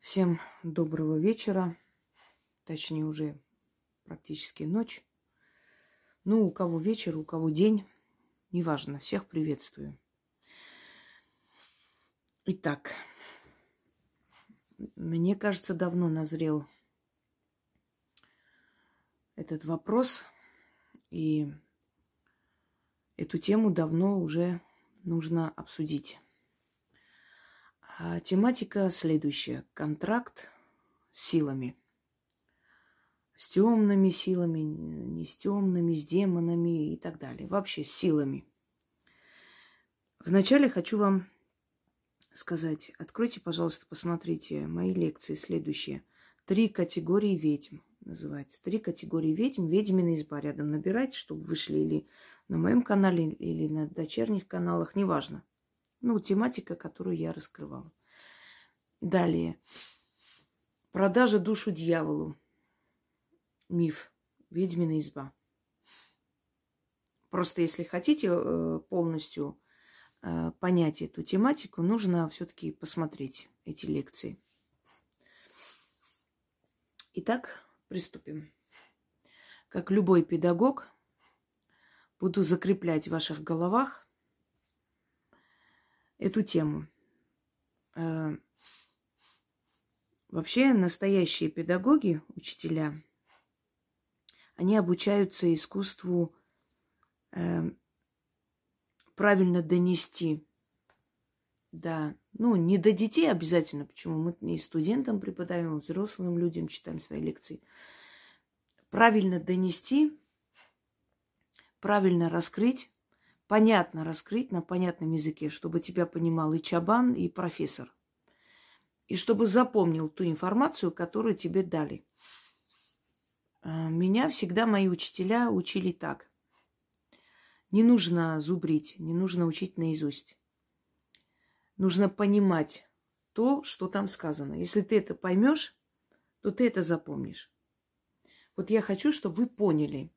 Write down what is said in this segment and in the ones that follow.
Всем доброго вечера, точнее уже практически ночь. Ну, у кого вечер, у кого день, неважно, всех приветствую. Итак, мне кажется, давно назрел этот вопрос, и эту тему давно уже нужно обсудить. А тематика следующая. Контракт с силами. С темными силами, не с темными, с демонами и так далее. Вообще с силами. Вначале хочу вам сказать, откройте, пожалуйста, посмотрите мои лекции следующие. 3 категории ведьм называется. 3 категории ведьм. Ведьмина изба рядом набирайте, чтобы вышли или на моем канале, или на дочерних каналах, неважно. Ну, тематика, которую я раскрывала. Далее. Продажа душу дьяволу. Миф. Ведьмина изба. Просто если хотите полностью понять эту тематику, нужно все-таки посмотреть эти лекции. Итак, приступим. Как любой педагог, буду закреплять в ваших головах эту тему. Вообще, настоящие педагоги, учителя, они обучаются искусству правильно донести. Да, ну, не до детей обязательно, почему мы и студентам преподаем, и взрослым людям читаем свои лекции. Правильно донести, правильно раскрыть, понятно раскрыть на понятном языке, чтобы тебя понимал и чабан, и профессор. И чтобы запомнил ту информацию, которую тебе дали. Меня всегда мои учителя учили так. Не нужно зубрить, не нужно учить наизусть. Нужно понимать то, что там сказано. Если ты это поймешь, то ты это запомнишь. Вот я хочу, чтобы вы поняли,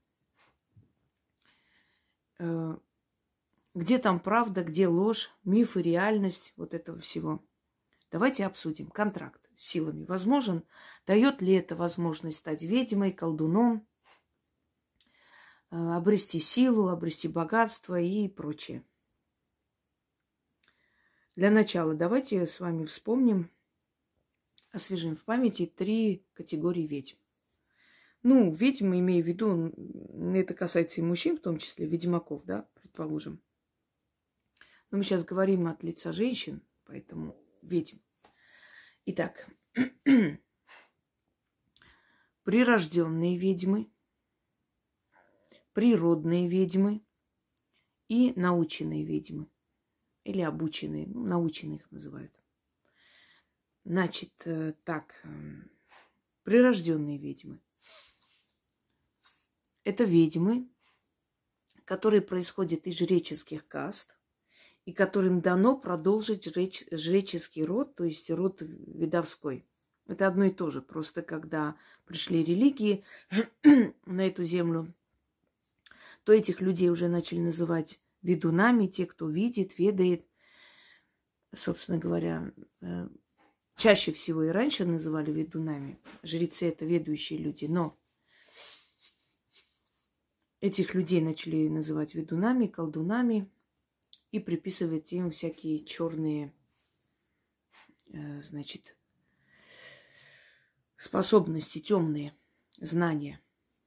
где там правда, где ложь, миф и реальность вот этого всего. Давайте обсудим. Контракт с силами возможен? Дает ли это возможность стать ведьмой, колдуном, обрести силу, обрести богатство и прочее? Для начала давайте с вами вспомним, освежим в памяти 3 категории ведьм. Ну, ведьм, имею в виду, это касается и мужчин, в том числе ведьмаков, да, предположим. Но мы сейчас говорим от лица женщин, поэтому ведьм. Итак, прирожденные ведьмы, природные ведьмы и наученные ведьмы. Или обученные, ну, наученные их называют. Значит, так, прирожденные ведьмы. Это ведьмы, которые происходят из жреческих каст, и которым дано продолжить жреческий род, то есть род видовской. Это одно и то же. Просто когда пришли религии на эту землю, то этих людей уже начали называть ведунами, те, кто видит, ведает. Собственно говоря, чаще всего и раньше называли ведунами. Жрецы – это ведущие люди. Но этих людей начали называть ведунами, колдунами и приписывать им всякие черные, значит, способности, темные знания.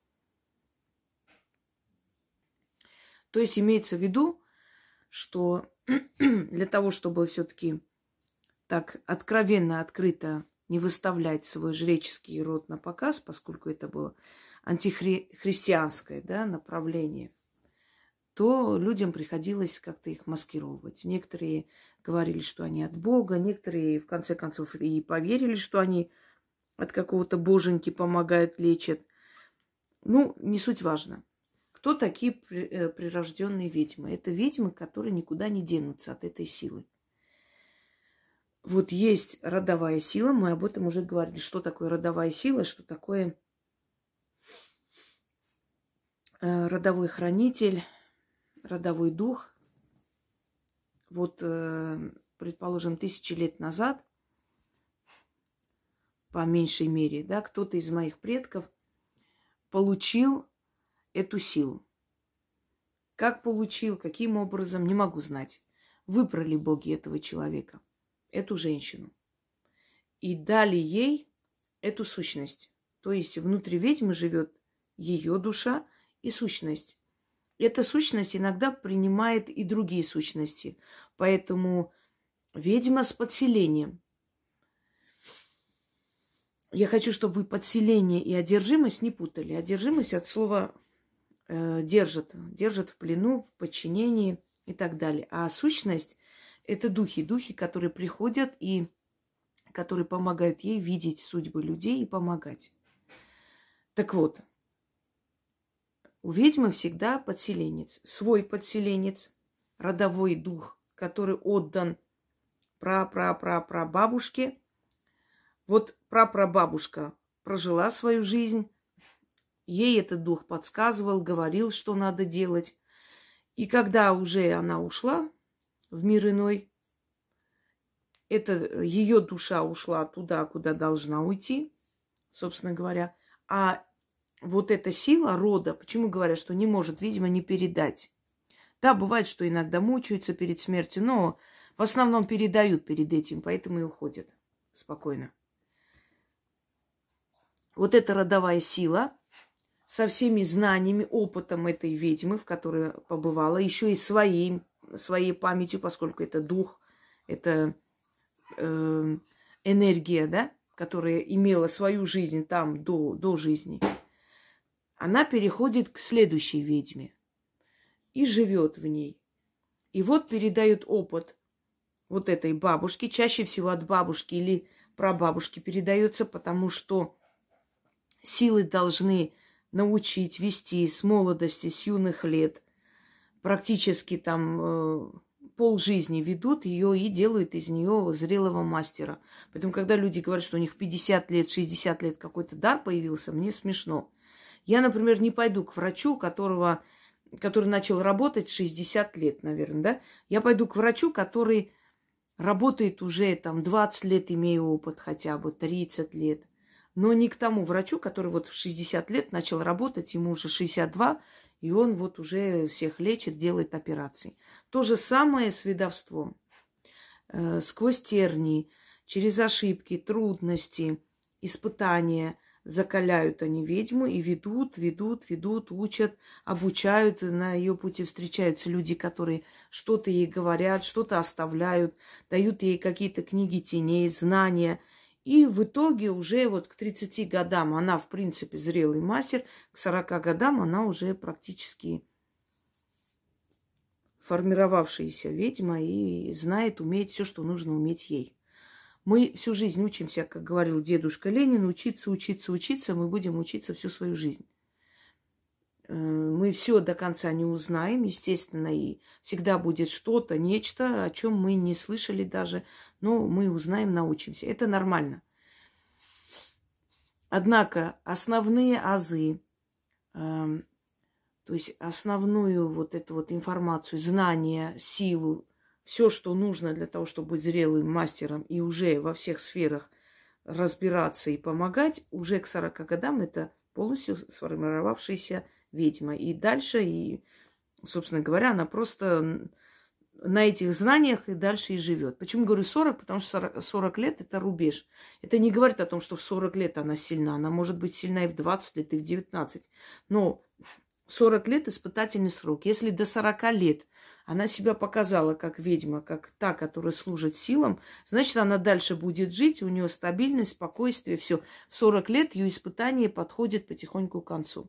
То есть имеется в виду, что для того, чтобы все-таки так откровенно, открыто не выставлять свой жреческий род на показ, поскольку это было антихристианское, да, направление, то людям приходилось как-то их маскировать. Некоторые говорили, что они от Бога, некоторые, в конце концов, и поверили, что они от какого-то боженьки помогают, лечат. Ну, не суть важно. Кто такие прирожденные ведьмы? Это ведьмы, которые никуда не денутся от этой силы. Вот есть родовая сила, мы об этом уже говорили. Что такое родовая сила, что такое родовой хранитель, родовой дух. Вот, предположим, 1000 лет назад по меньшей мере, да, кто-то из моих предков получил эту силу. Как получил, каким образом, не могу знать. Выбрали боги этого человека, эту женщину, и дали ей эту сущность. То есть внутри ведьмы живет ее душа и сущность. Эта сущность иногда принимает и другие сущности. Поэтому ведьма с подселением. Я хочу, чтобы вы подселение и одержимость не путали. Одержимость от слова держит в плену, в подчинении и так далее. А сущность – это духи, которые приходят и которые помогают ей видеть судьбы людей и помогать. Так вот, у ведьмы всегда подселенец, свой подселенец, родовой дух, который отдан прапрапрапрабабушке. Вот прапрабабушка прожила свою жизнь, ей этот дух подсказывал, говорил, что надо делать. И когда уже она ушла в мир иной, это ее душа ушла туда, куда должна уйти, собственно говоря. А вот эта сила рода, почему говорят, что не может, видимо, не передать. Да, бывает, что иногда мучаются перед смертью, но в основном передают перед этим, поэтому и уходят спокойно. Вот эта родовая сила со всеми знаниями, опытом этой ведьмы, в которой побывала, еще и своей памятью, поскольку это дух, это энергия, да, которая имела свою жизнь там до жизни, она переходит к следующей ведьме и живет в ней. И вот передает опыт вот этой бабушки, чаще всего от бабушки или прабабушки передается, потому что силы должны научить вести с молодости, с юных лет. Практически там полжизни ведут ее и делают из нее зрелого мастера. Поэтому, когда люди говорят, что у них 50 лет, 60 лет какой-то дар появился, мне смешно. Я, например, не пойду к врачу, который начал работать 60 лет, наверное, да? Я пойду к врачу, который работает уже там 20 лет, имея опыт хотя бы, 30 лет. Но не к тому врачу, который вот в 60 лет начал работать, ему уже 62, и он вот уже всех лечит, делает операции. То же самое с ведовством. Сквозь тернии, через ошибки, трудности, испытания закаляют они ведьму и ведут, учат, обучают. На ее пути встречаются люди, которые что-то ей говорят, что-то оставляют, дают ей какие-то книги теней, знания. И в итоге уже вот к 30 годам она, в принципе, зрелый мастер, к 40 годам она уже практически формировавшаяся ведьма и знает, умеет все, что нужно уметь ей. Мы всю жизнь учимся, как говорил дедушка Ленин, учиться, мы будем учиться всю свою жизнь. Мы все до конца не узнаем, естественно, и всегда будет что-то, нечто, о чем мы не слышали даже, но мы узнаем, научимся. Это нормально. Однако основные азы, то есть основную вот эту вот информацию, знания, силу, все, что нужно для того, чтобы быть зрелым мастером и уже во всех сферах разбираться и помогать, уже к 40 годам это полностью сформировавшаяся ведьма. И дальше, и, собственно говоря, она просто на этих знаниях и дальше и живет. Почему говорю 40? Потому что 40 лет – это рубеж. Это не говорит о том, что в 40 лет она сильна. Она может быть сильна и в 20 лет, и в 19. Но 40 лет – испытательный срок. Если до 40 лет она себя показала как ведьма, как та, которая служит силам, значит, она дальше будет жить, у нее стабильность, спокойствие, все. В 40 лет ее испытание подходит потихоньку к концу.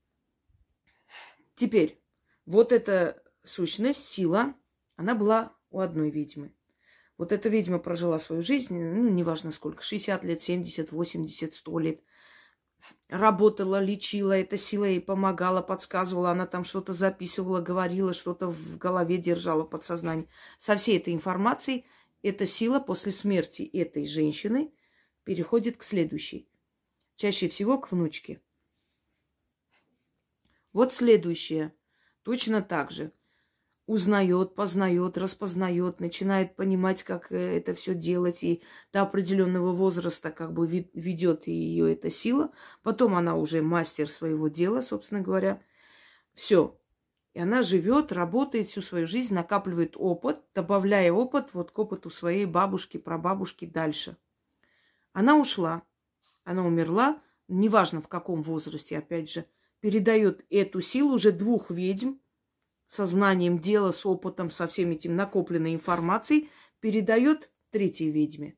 Теперь, вот эта сущность, сила, она была у одной ведьмы. Вот эта ведьма прожила свою жизнь, неважно сколько, 60 лет, 70, 80, 100 лет. Работала, лечила, эта сила ей помогала, подсказывала, она там что-то записывала, говорила, что-то в голове держала, в подсознании. Со всей этой информацией эта сила после смерти этой женщины переходит к следующей. Чаще всего к внучке. Вот следующее. Точно так же. узнает, познает, распознает, начинает понимать, как это все делать, и до определенного возраста как бы ведет ее эта сила. Потом она уже мастер своего дела, собственно говоря. Все. И она живет, работает всю свою жизнь, накапливает опыт, добавляя опыт вот к опыту своей бабушки, прабабушки дальше. Она ушла, она умерла, неважно в каком возрасте, опять же, передает эту силу уже 2 ведьм, со знанием дела, с опытом, со всем этим накопленной информацией, передает 3-й ведьме.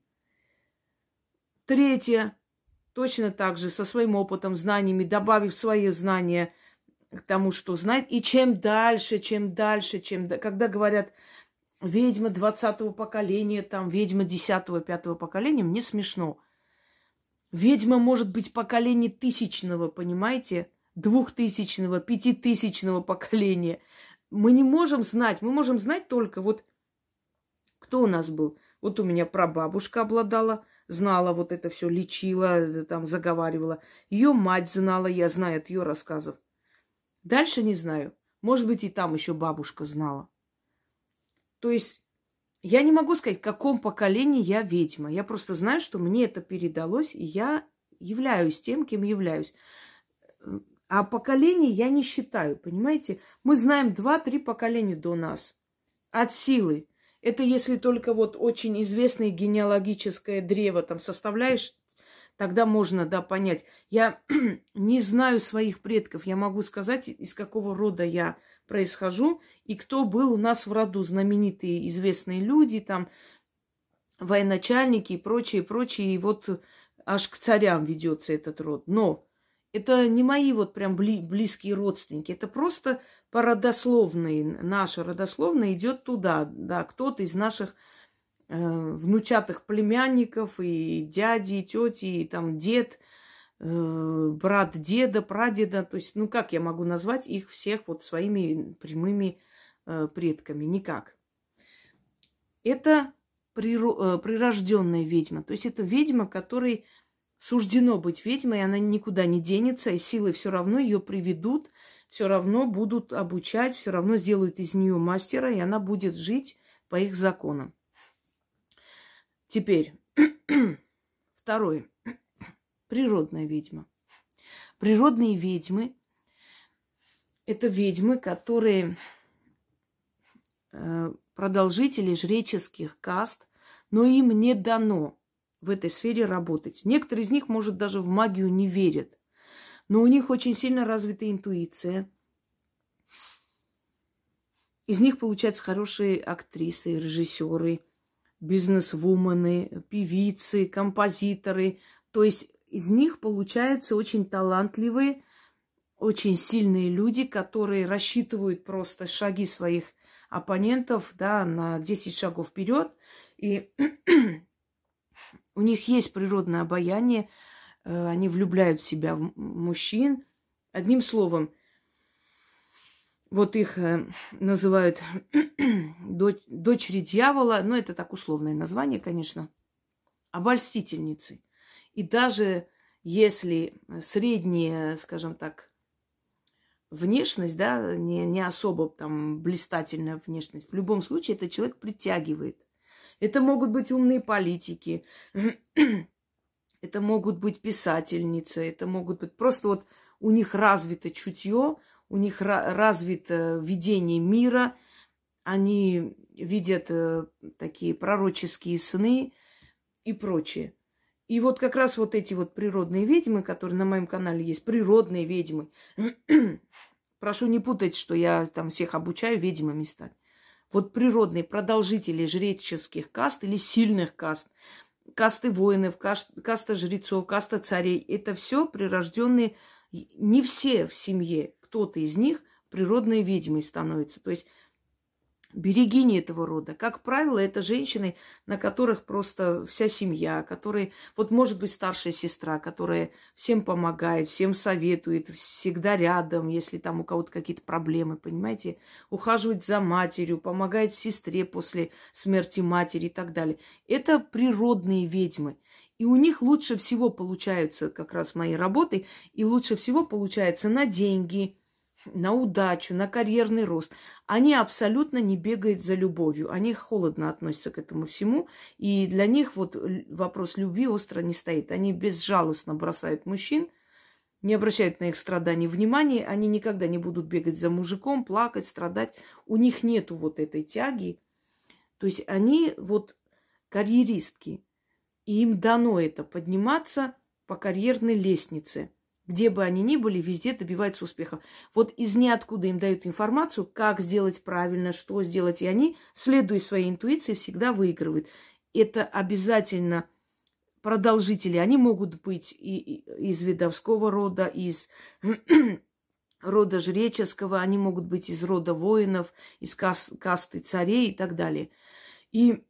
3-я точно так же со своим опытом, знаниями, добавив свои знания к тому, что знает. И чем дальше, когда говорят ведьма 20-го поколения, там ведьма 10-го, 5-го поколения, мне смешно. Ведьма может быть поколение 1000-го, понимаете? 2000-го, 5000-го поколения. Мы не можем знать. Мы можем знать только вот кто у нас был. Вот у меня прабабушка обладала, знала вот это все, лечила, там заговаривала. Ее мать знала, я знаю от ее рассказов. Дальше не знаю. Может быть, и там еще бабушка знала. То есть я не могу сказать, в каком поколении я ведьма. Я просто знаю, что мне это передалось, и я являюсь тем, кем являюсь. А поколение я не считаю, понимаете? Мы знаем 2-3 поколения до нас. От силы. Это если только вот очень известное генеалогическое древо там составляешь, тогда можно, да, понять. Я не знаю своих предков. Я могу сказать, из какого рода я происхожу и кто был у нас в роду. Знаменитые известные люди, там, военачальники и прочее, прочее. И вот аж к царям ведется этот род. Но это не мои вот прям близкие родственники. Это просто по родословной. Наша родословная идет туда. Да, кто-то из наших внучатых племянников, и дяди, и тети, и там дед, брат деда, прадеда. То есть, ну как я могу назвать их всех вот своими прямыми предками? Никак. Это прирожденная ведьма. То есть это ведьма, которой суждено быть ведьмой, она никуда не денется, и силы все равно ее приведут, все равно будут обучать, все равно сделают из нее мастера, и она будет жить по их законам. Теперь, второе. Природная ведьма. Природные ведьмы – это ведьмы, которые продолжители жреческих каст, но им не дано в этой сфере работать. Некоторые из них, может, даже в магию не верят, но у них очень сильно развита интуиция. Из них получаются хорошие актрисы, режиссеры, бизнес-вумены, певицы, композиторы. То есть из них получаются очень талантливые, очень сильные люди, которые рассчитывают просто шаги своих оппонентов, да, на 10 шагов вперед. И у них есть природное обаяние, они влюбляют в себя в мужчин. Одним словом, вот их называют дочери дьявола, но это так условное название, конечно, обольстительницы. И даже если средняя, скажем так, внешность, да, не особо там блистательная внешность, в любом случае этот человек притягивает. Это могут быть умные политики, это могут быть писательницы, это могут быть просто вот у них развито чутье, у них развито видение мира, они видят такие пророческие сны и прочее. И вот как раз вот эти вот природные ведьмы, которые на моем канале есть, природные ведьмы. Прошу не путать, что я там всех обучаю ведьмами стать. Вот природные продолжители жреческих каст или сильных каст, касты воинов, каста жрецов, каста царей, это все прирожденные, не все в семье, кто-то из них природной ведьмой становится. То есть берегини этого рода. Как правило, это женщины, на которых просто вся семья, которые, вот может быть старшая сестра, которая всем помогает, всем советует, всегда рядом, если там у кого-то какие-то проблемы, понимаете, ухаживает за матерью, помогает сестре после смерти матери и так далее. Это природные ведьмы. И у них лучше всего получаются как раз мои работы, и лучше всего получается на деньги, на удачу, на карьерный рост. Они абсолютно не бегают за любовью. Они холодно относятся к этому всему. И для них вот вопрос любви остро не стоит. Они безжалостно бросают мужчин, не обращают на их страдания внимания. Они никогда не будут бегать за мужиком, плакать, страдать. У них нету вот этой тяги. То есть они вот карьеристки. И им дано это подниматься по карьерной лестнице. Где бы они ни были, везде добиваются успеха. Вот из ниоткуда им дают информацию, как сделать правильно, что сделать. И они, следуя своей интуиции, всегда выигрывают. Это обязательно продолжители. Они могут быть и из видовского рода, из рода жреческого, они могут быть из рода воинов, из касты царей и так далее. И,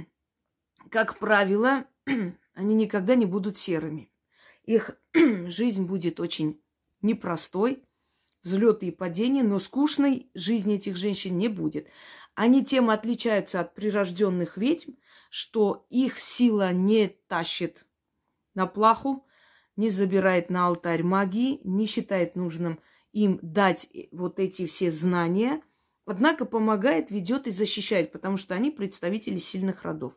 как правило, они никогда не будут серыми. Их жизнь будет очень непростой, взлеты и падения, но скучной жизни этих женщин не будет. Они тем отличаются от прирожденных ведьм, что их сила не тащит на плаху, не забирает на алтарь магии, не считает нужным им дать вот эти все знания, однако помогает, ведет и защищает, потому что они представители сильных родов.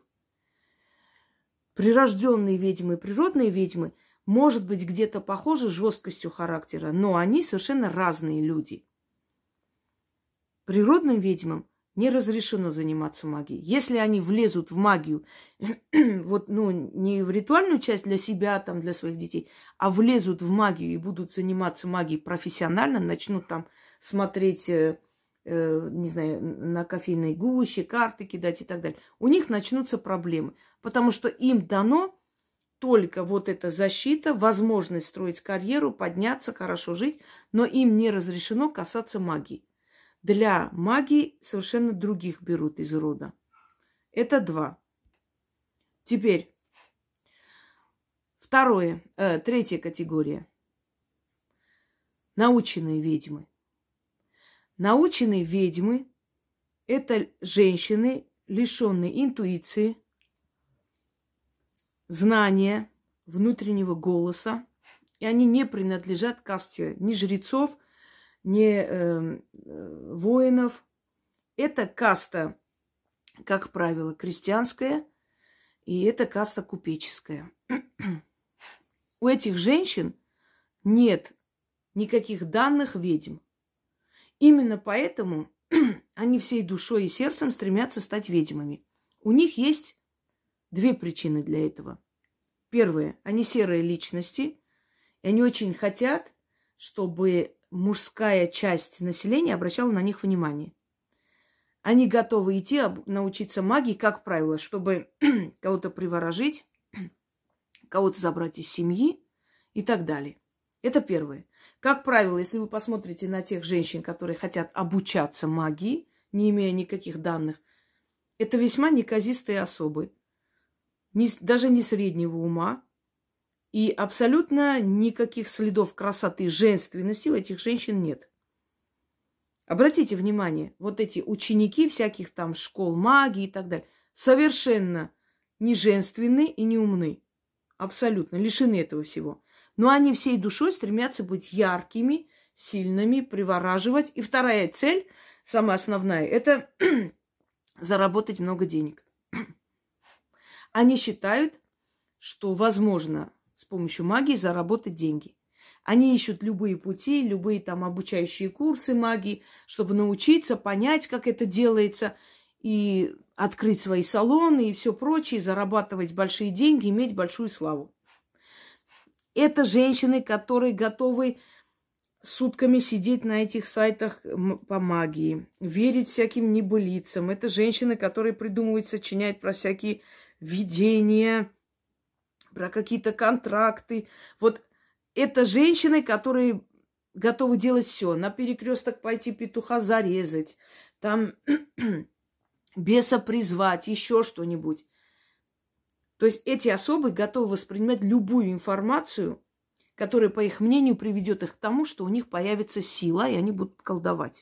Прирожденные ведьмы и природные ведьмы, может быть, где-то похожи жесткостью характера, но они совершенно разные люди. Природным ведьмам не разрешено заниматься магией. Если они влезут в магию, вот, не в ритуальную часть для себя, там, для своих детей, а влезут в магию и будут заниматься магией профессионально, начнут там смотреть, не знаю, на кофейной гуще, карты кидать и так далее, у них начнутся проблемы, потому что им дано только вот эта защита, возможность строить карьеру, подняться, хорошо жить, но им не разрешено касаться магии. Для магии совершенно других берут из рода. Это 2. Теперь третья категория. Наученные ведьмы. Наученные ведьмы – это женщины, лишенные интуиции, знания, внутреннего голоса. И они не принадлежат касте ни жрецов, ни воинов. Это каста, как правило, крестьянская, и это каста купеческая. У этих женщин нет никаких данных ведьм. Именно поэтому они всей душой и сердцем стремятся стать ведьмами. У них есть 2 причины для этого. Первое. Они серые личности, и они очень хотят, чтобы мужская часть населения обращала на них внимание. Они готовы идти научиться магии, как правило, чтобы кого-то приворожить, кого-то забрать из семьи и так далее. Это первое. Как правило, если вы посмотрите на тех женщин, которые хотят обучаться магии, не имея никаких данных, это весьма неказистые особы. Даже не среднего ума. И абсолютно никаких следов красоты, женственности у этих женщин нет. Обратите внимание, вот эти ученики всяких там школ магии и так далее, совершенно не женственны и не умны. Абсолютно лишены этого всего. Но они всей душой стремятся быть яркими, сильными, привораживать. И вторая цель, самая основная, это заработать много денег. Они считают, что возможно с помощью магии заработать деньги. Они ищут любые пути, любые там обучающие курсы магии, чтобы научиться, понять, как это делается, и открыть свои салоны и все прочее, зарабатывать большие деньги, иметь большую славу. Это женщины, которые готовы сутками сидеть на этих сайтах по магии, верить всяким небылицам. Это женщины, которые придумывают, сочиняют про всякие видения, про какие-то контракты. Вот это женщины, которые готовы делать все. На перекресток пойти петуха зарезать, там беса призвать, еще что-нибудь. То есть эти особы готовы воспринимать любую информацию, которая, по их мнению, приведет их к тому, что у них появится сила, и они будут колдовать.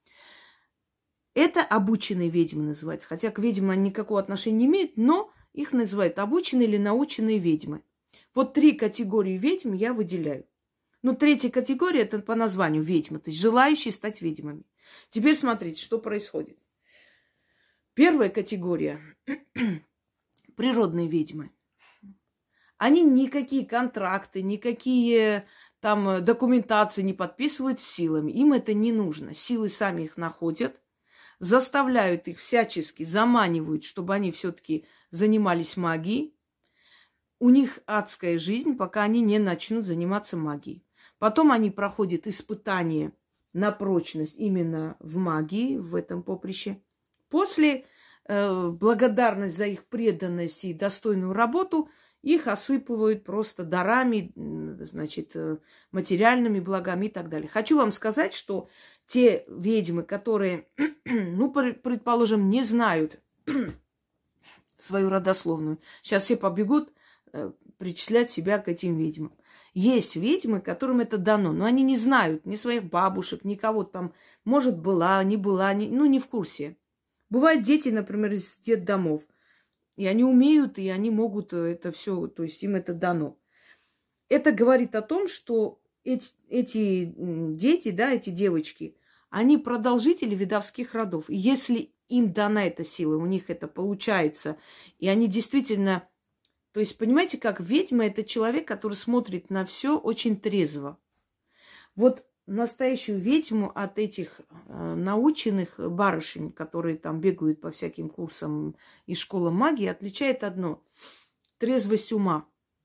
Это обученные ведьмы называются. Хотя к ведьмам они никакого отношения не имеют, но их называют обученные или наученные ведьмы. Вот 3 категории ведьм я выделяю. Ну, третья категория – это по названию ведьмы, то есть желающие стать ведьмами. Теперь смотрите, что происходит. Первая категория – природные ведьмы. Они никакие контракты, никакие там документации не подписывают с силами. Им это не нужно. Силы сами их находят, заставляют их всячески, заманивают, чтобы они все-таки занимались магией. У них адская жизнь, пока они не начнут заниматься магией. Потом они проходят испытания на прочность именно в магии, в этом поприще. После благодарность за их преданность и достойную работу их осыпывают просто дарами, значит, материальными благами и так далее. Хочу вам сказать, что те ведьмы, которые, ну, предположим, не знают свою родословную, сейчас все побегут причислять себя к этим ведьмам. Есть ведьмы, которым это дано, но они не знают ни своих бабушек, никого там, может, была, не в курсе. Бывают дети, например, из детдомов, и они умеют, и они могут это все, то есть им это дано. Это говорит о том, что эти дети, да, эти девочки, они продолжители ведовских родов. И если им дана эта сила, у них это получается, и они действительно... То есть, понимаете, как ведьма – это человек, который смотрит на все очень трезво. Вот настоящую ведьму от этих наученных барышень, которые там бегают по всяким курсам из школы магии, отличает одно – трезвость ума.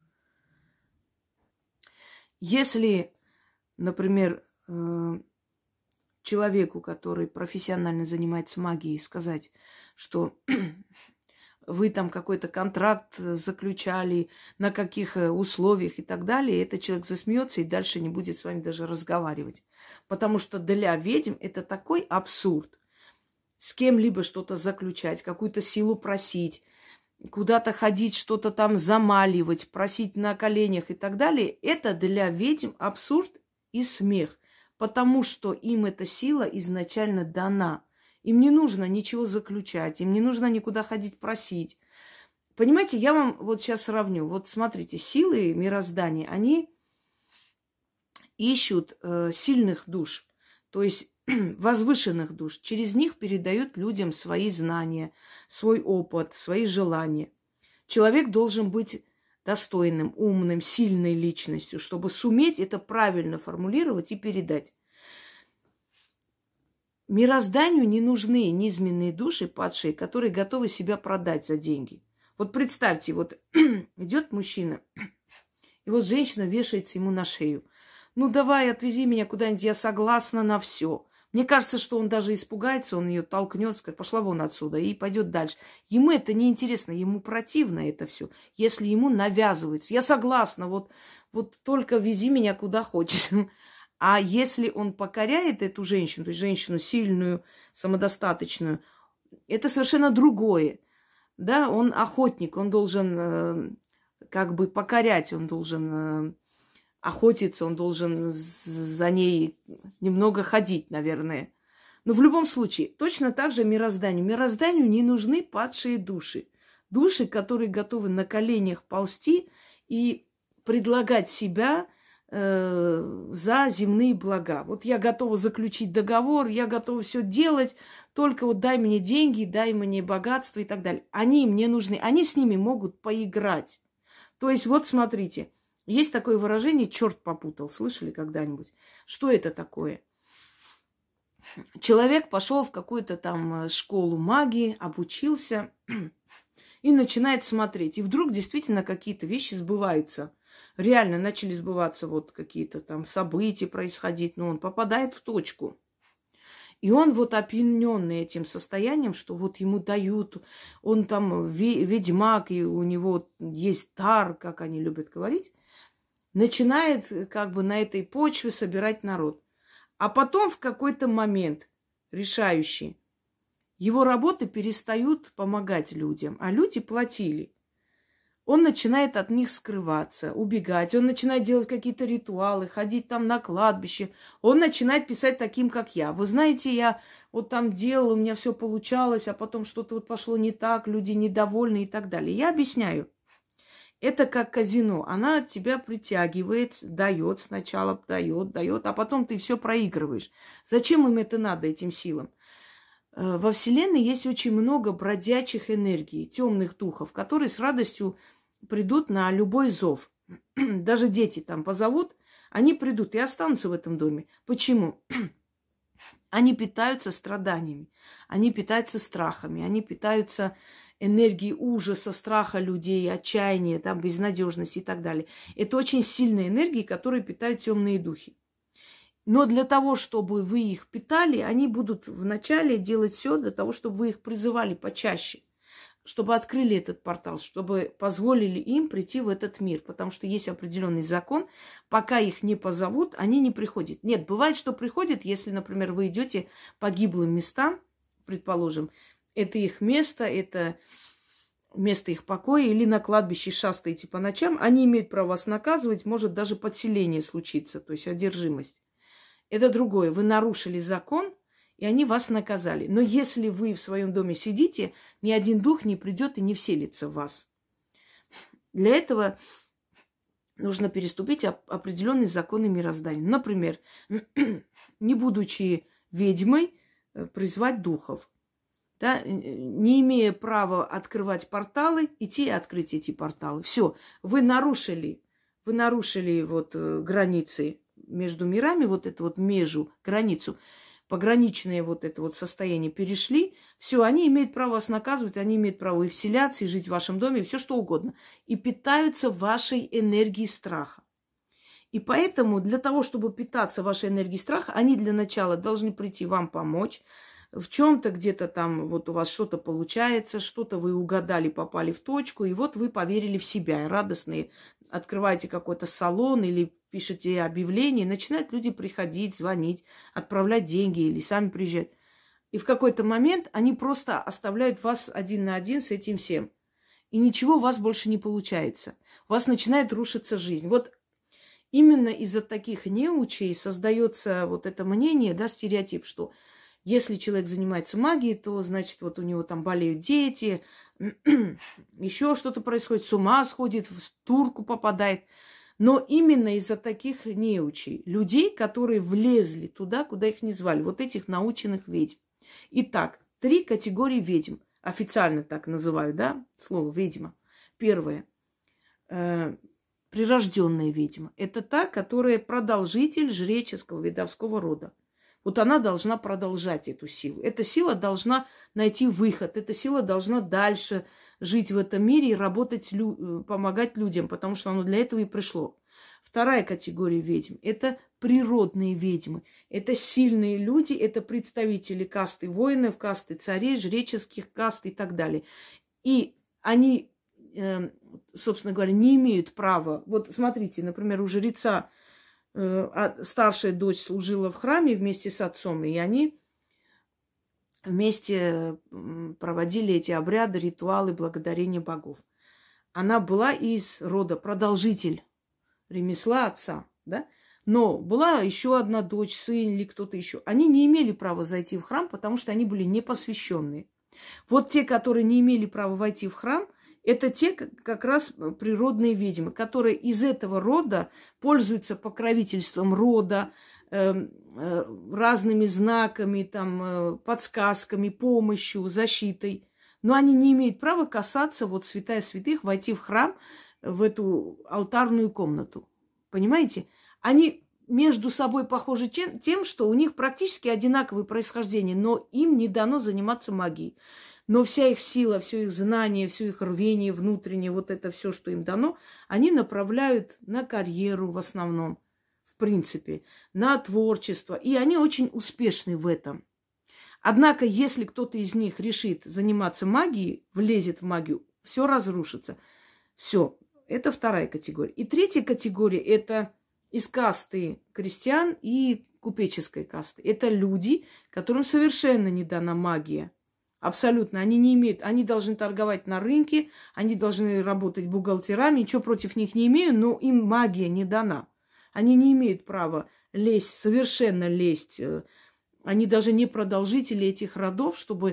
Если, например, человеку, который профессионально занимается магией, сказать, что вы там какой-то контракт заключали, на каких условиях и так далее, этот человек засмеется и дальше не будет с вами даже разговаривать. Потому что для ведьм это такой абсурд. С кем-либо что-то заключать, какую-то силу просить, куда-то ходить, что-то там замаливать, просить на коленях и так далее. Это для ведьм абсурд и смех. Потому что им эта сила изначально дана. Им не нужно ничего заключать, им не нужно никуда ходить просить. Понимаете, я вам вот сейчас сравню. Вот смотрите, силы мироздания, они ищут сильных душ, то есть возвышенных душ. Через них передают людям свои знания, свой опыт, свои желания. Человек должен быть достойным, умным, сильной личностью, чтобы суметь это правильно формулировать и передать. Мирозданию не нужны низменные души падшие, которые готовы себя продать за деньги. Вот представьте, вот идет мужчина, и вот женщина вешается ему на шею. Ну, давай, отвези меня куда-нибудь, я согласна на все. Мне кажется, что он даже испугается, он ее толкнет, скажет, пошла вон отсюда, и пойдет дальше. Ему это неинтересно, ему противно это все, если ему навязывается. Я согласна, вот только вези меня куда хочешь. А если он покоряет эту женщину, то есть женщину сильную, самодостаточную, это совершенно другое. Да, он охотник, он должен как бы покорять, он должен охотиться, он должен за ней немного ходить, наверное. Но в любом случае, точно так же мирозданию. Мирозданию не нужны падшие души. Души, которые готовы на коленях ползти и предлагать себя за земные блага. Вот я готова заключить договор, я готова все делать, только вот дай мне деньги, дай мне богатство и так далее. Они им не нужны, они с ними могут поиграть. То есть вот смотрите, есть такое выражение «черт попутал». Слышали когда-нибудь? Что это такое? Человек пошел в какую-то там школу магии, обучился и начинает смотреть. И вдруг действительно какие-то вещи сбываются. Реально начали сбываться вот какие-то там события происходить, но он попадает в точку. И он вот опьянённый этим состоянием, что вот ему дают, он там ведьмак, и у него есть дар, как они любят говорить, начинает как бы на этой почве собирать народ. А потом в какой-то момент решающий, его работы перестают помогать людям, а люди платили. Он начинает от них скрываться, убегать. Он начинает делать какие-то ритуалы, ходить там на кладбище. Он начинает писать таким, как я. Вы знаете, я вот там делал, у меня все получалось, а потом что-то вот пошло не так, люди недовольны и так далее. Я объясняю. Это как казино. Она тебя притягивает, дает сначала, дает, а потом ты все проигрываешь. Зачем им это надо, этим силам? Во Вселенной есть очень много бродячих энергий, темных духов, которые с радостью придут на любой зов. Даже дети там позовут, они придут и останутся в этом доме. Почему? Они питаются страданиями, они питаются страхами, они питаются энергией ужаса, страха людей, отчаяния, там, безнадежности и так далее. Это очень сильные энергии, которые питают темные духи. Но для того, чтобы вы их питали, они будут вначале делать все для того, чтобы вы их призывали почаще, чтобы открыли этот портал, чтобы позволили им прийти в этот мир. Потому что есть определенный закон. Пока их не позовут, они не приходят. Нет, бывает, что приходят, если, например, вы идете по гиблым местам, предположим, это их место, это место их покоя, или на кладбище шастаете по ночам, они имеют право вас наказывать, может даже подселение случиться, то есть одержимость. Это другое. Вы нарушили закон, и они вас наказали. Но если вы в своем доме сидите, ни один дух не придет и не вселится в вас. Для этого нужно переступить определенные законы мироздания. Например, не будучи ведьмой, призвать духов. Да? Не имея права открывать порталы, идти и открыть эти порталы. Все, вы нарушили вот границы между мирами, вот эту вот границу, пограничное вот это вот состояние перешли, все, они имеют право вас наказывать, они имеют право и вселяться, и жить в вашем доме, все что угодно. И питаются вашей энергией страха. И поэтому для того, чтобы питаться вашей энергией страха, они для начала должны прийти вам помочь. В чем-то где-то там вот у вас что-то получается, что-то вы угадали, попали в точку, и вот вы поверили в себя, радостные, открываете какой-то салон или пишете объявление, начинают люди приходить, звонить, отправлять деньги или сами приезжать. И в какой-то момент они просто оставляют вас один на один с этим всем. И ничего у вас больше не получается. У вас начинает рушиться жизнь. Вот именно из-за таких неучей создается вот это мнение, да, стереотип, что если человек занимается магией, то, значит, вот у него там болеют дети, еще что-то происходит, с ума сходит, в турку попадает. Но именно из-за таких неучей, людей, которые влезли туда, куда их не звали, вот этих наученных ведьм. Итак, 3 категории ведьм, официально так называют, да, слово ведьма. Первое. Прирожденная ведьма. Это та, которая продолжитель жреческого ведовского рода. Вот она должна продолжать эту силу. Эта сила должна найти выход. Эта сила должна дальше жить в этом мире и работать, помогать людям, потому что оно для этого и пришло. Вторая категория ведьм – это природные ведьмы. Это сильные люди, это представители касты воинов, касты царей, жреческих каст и так далее. И они, собственно говоря, не имеют права. Вот смотрите, например, у жреца старшая дочь служила в храме вместе с отцом, и они вместе проводили эти обряды, ритуалы благодарения богов. Она была из рода продолжитель ремесла отца, да? Но была еще одна дочь, сын или кто-то еще. Они не имели права зайти в храм, потому что они были непосвященные. Вот те, которые не имели права войти в храм, это те как раз природные ведьмы, которые из этого рода пользуются покровительством рода, разными знаками, там, подсказками, помощью, защитой. Но они не имеют права касаться вот святая святых, войти в храм, в эту алтарную комнату. Понимаете? Они между собой похожи тем, что у них практически одинаковое происхождение, но им не дано заниматься магией. Но вся их сила, все их знание, все их рвение внутреннее, вот это все, что им дано, они направляют на карьеру в основном, в принципе, на творчество. И они очень успешны в этом. Однако, если кто-то из них решит заниматься магией, влезет в магию, все разрушится. Все. Это вторая категория. И третья категория – это из касты крестьян и купеческой касты. Это люди, которым совершенно не дана магия. Абсолютно. Они не имеют, они должны торговать на рынке, они должны работать бухгалтерами, ничего против них не имею, но им магия не дана. Они не имеют права лезть, совершенно лезть. Они даже не продолжители этих родов, чтобы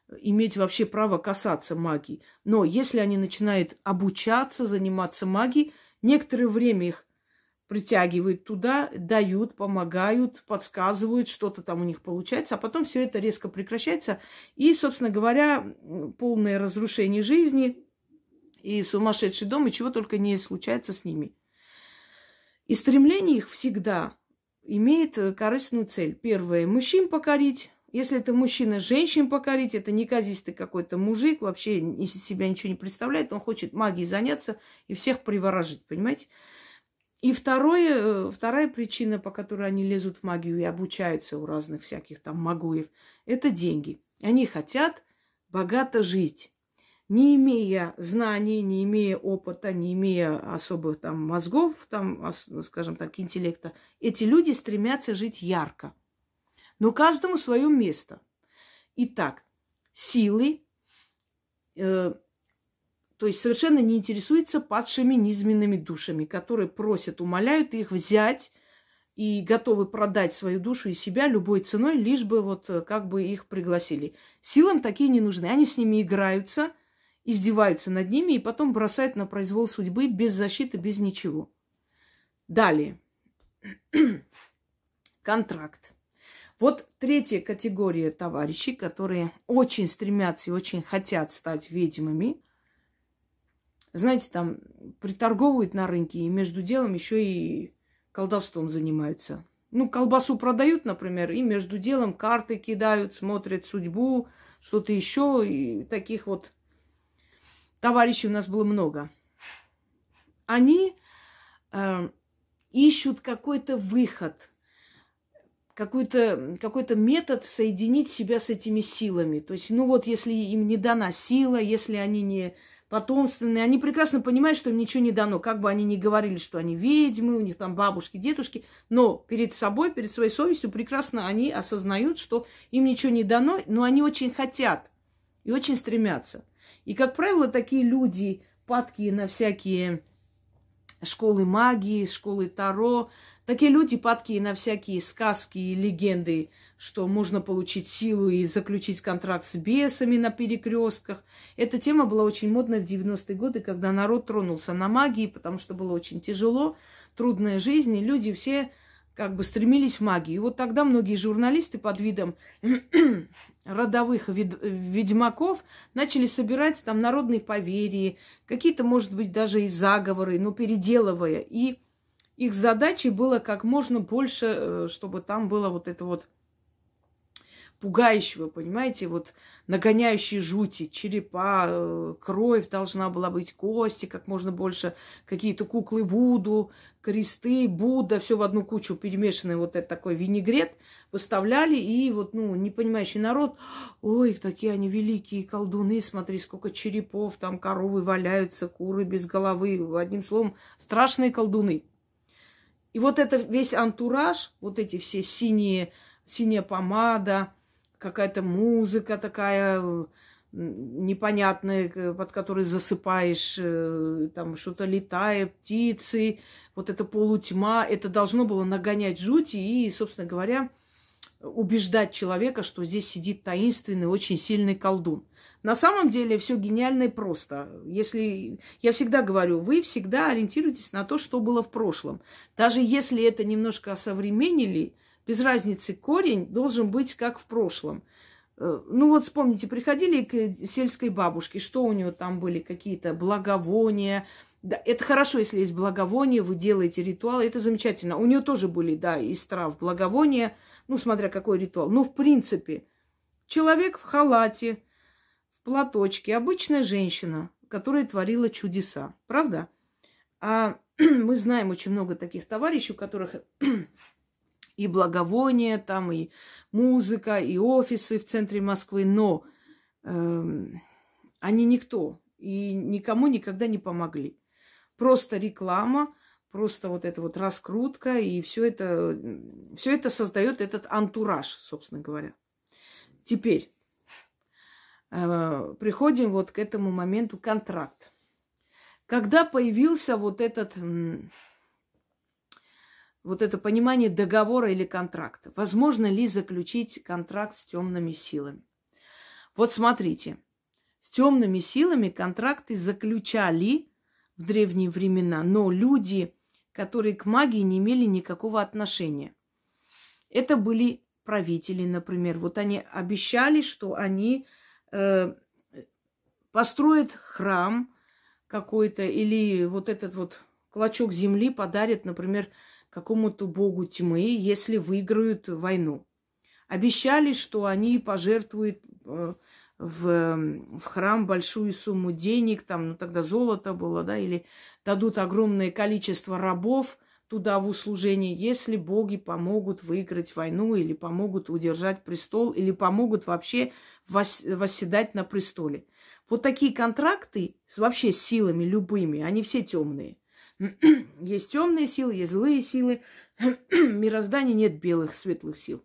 иметь вообще право касаться магии. Но если они начинают обучаться, заниматься магией, некоторое время их притягивают туда, дают, помогают, подсказывают, что-то там у них получается, а потом все это резко прекращается. И, собственно говоря, полное разрушение жизни и сумасшедший дом, и чего только не случается с ними. И стремление их всегда имеет корыстную цель. Первое – мужчин покорить. Если это мужчина, женщин покорить, это неказистый какой-то мужик, вообще из себя ничего не представляет, он хочет магией заняться и всех приворожить, понимаете? И вторая причина, по которой они лезут в магию и обучаются у разных всяких там магуев, это деньги. Они хотят богато жить. Не имея знаний, не имея опыта, не имея особых там мозгов, там, скажем так, интеллекта, эти люди стремятся жить ярко. Но каждому свое место. Итак, силы, то есть совершенно не интересуются падшими низменными душами, которые просят, умоляют их взять и готовы продать свою душу и себя любой ценой, лишь бы вот как бы их пригласили. Силам такие не нужны. Они с ними играются, издеваются над ними и потом бросают на произвол судьбы без защиты, без ничего. Далее. Контракт. Вот третья категория товарищей, которые очень стремятся и очень хотят стать ведьмами. Знаете, там приторговывают на рынке и между делом еще и колдовством занимаются. Ну, колбасу продают, например, и между делом карты кидают, смотрят судьбу, что-то еще. И таких вот товарищей у нас было много. Они ищут какой-то выход, какой-то метод соединить себя с этими силами. То есть, ну вот, если им не дана сила, если они не потомственные, они прекрасно понимают, что им ничего не дано. Как бы они ни говорили, что они ведьмы, у них там бабушки, дедушки, но перед собой, перед своей совестью прекрасно они осознают, что им ничего не дано, но они очень хотят и очень стремятся. И, как правило, такие люди, падкие на всякие школы магии, школы Таро, такие люди, падкие на всякие сказки и легенды, что можно получить силу и заключить контракт с бесами на перекрестках. Эта тема была очень модная в 90-е годы, когда народ тронулся на магии, потому что было очень тяжело, трудная жизнь, и люди все как бы стремились в магию. И вот тогда многие журналисты под видом родовых ведьмаков начали собирать там народные поверья, какие-то, может быть, даже и заговоры, но переделывая. И их задачей было как можно больше, чтобы там было вот это вот пугающего, понимаете, вот нагоняющие жути, черепа, кровь должна была быть, кости, как можно больше, какие-то куклы Вуду, кресты, Будда, все в одну кучу перемешанный вот этот такой винегрет выставляли, и вот, ну, непонимающий народ, ой, такие они великие колдуны, смотри, сколько черепов, там коровы валяются, куры без головы, одним словом, страшные колдуны. И вот это весь антураж, вот эти все синяя помада, какая-то музыка такая непонятная, под которой засыпаешь, там что-то летает, птицы, вот эта полутьма, это должно было нагонять жути и, собственно говоря, убеждать человека, что здесь сидит таинственный, очень сильный колдун. На самом деле все гениально и просто. Если я всегда говорю, вы всегда ориентируйтесь на то, что было в прошлом. Даже если это немножко осовременили, без разницы, корень должен быть как в прошлом. Ну вот вспомните, приходили к сельской бабушке, что у нее там были, какие-то благовония. Да, это хорошо, если есть благовония, вы делаете ритуалы, это замечательно. У нее тоже были, да, из трав благовония, ну смотря какой ритуал. Но в принципе, человек в халате, в платочке, обычная женщина, которая творила чудеса, правда? А мы знаем очень много таких товарищей, у которых и благовония, там и музыка, и офисы в центре Москвы, но они никто и никому никогда не помогли. Просто реклама, просто вот эта вот раскрутка, и все это создает этот антураж, собственно говоря. Теперь приходим вот к этому моменту контракт. Когда появился вот это понимание договора или контракта, возможно ли заключить контракт с темными силами? Вот смотрите, с темными силами контракты заключали в древние времена, но люди, которые к магии не имели никакого отношения. Это были правители, например. Вот они обещали, что они построят храм какой-то или вот этот вот клочок земли подарят, например, какому-то богу тьмы, если выиграют войну. Обещали, что они пожертвуют в храм большую сумму денег, там, ну тогда золото было, да, или дадут огромное количество рабов туда в услужение, если боги помогут выиграть войну, или помогут удержать престол, или помогут вообще восседать на престоле. Вот такие контракты вообще с силами любыми, они все темные. Есть темные силы, есть злые силы. В мироздании нет белых, светлых сил.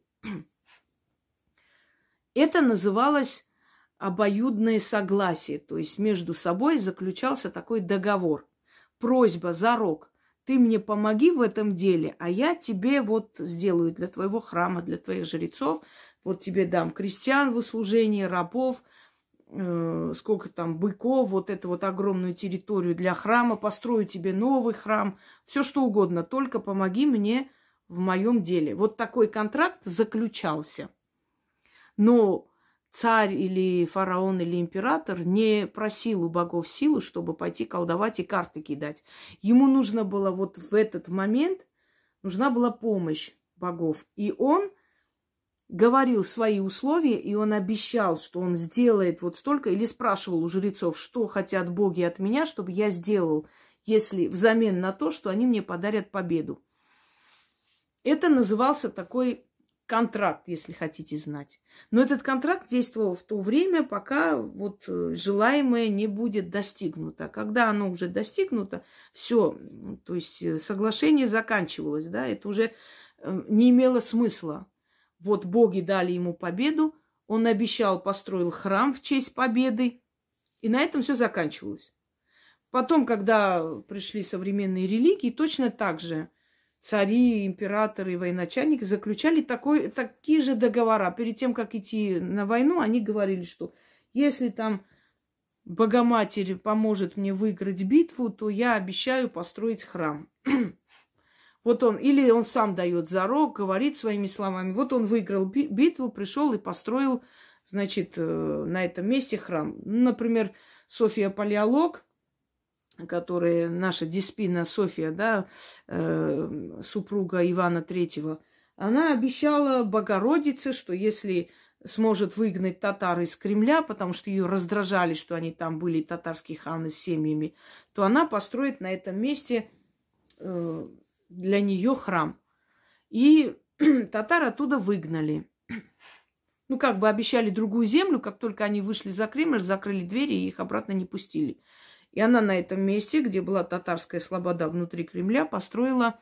Это называлось обоюдное согласие. То есть между собой заключался такой договор. Просьба, зарок. Ты мне помоги в этом деле, а я тебе вот сделаю для твоего храма, для твоих жрецов. Вот тебе дам крестьян в услужении, рабов, сколько там быков, вот эту вот огромную территорию для храма, построю тебе новый храм, все что угодно, только помоги мне в моем деле. Вот такой контракт заключался. Но царь или фараон или император не просил у богов силу, чтобы пойти колдовать и карты кидать. Ему нужно было вот в этот момент, нужна была помощь богов. И он говорил свои условия, и он обещал, что он сделает вот столько, или спрашивал у жрецов, что хотят боги от меня, чтобы я сделал, если взамен на то, что они мне подарят победу. Это назывался такой контракт, если хотите знать. Но этот контракт действовал в то время, пока вот желаемое не будет достигнуто. Когда оно уже достигнуто, все, то есть соглашение заканчивалось, да, это уже не имело смысла. Вот боги дали ему победу, он обещал, построил храм в честь победы, и на этом все заканчивалось. Потом, когда пришли современные религии, точно так же цари, императоры, военачальники заключали такие же договора. Перед тем, как идти на войну, они говорили, что если там Богоматерь поможет мне выиграть битву, то я обещаю построить храм. Вот он, или он сам дает зарок, говорит своими словами. Вот он выиграл битву, пришел и построил, значит, на этом месте храм. Например, София Палеолог, которая наша Деспина София, да, супруга Ивана III, она обещала Богородице, что если сможет выгнать татар из Кремля, потому что ее раздражали, что они там были, татарские ханы с семьями, то она построит на этом месте для нее храм. И татар оттуда выгнали. Ну, как бы обещали другую землю, как только они вышли за Кремль, закрыли двери и их обратно не пустили. И она на этом месте, где была татарская слобода внутри Кремля, построила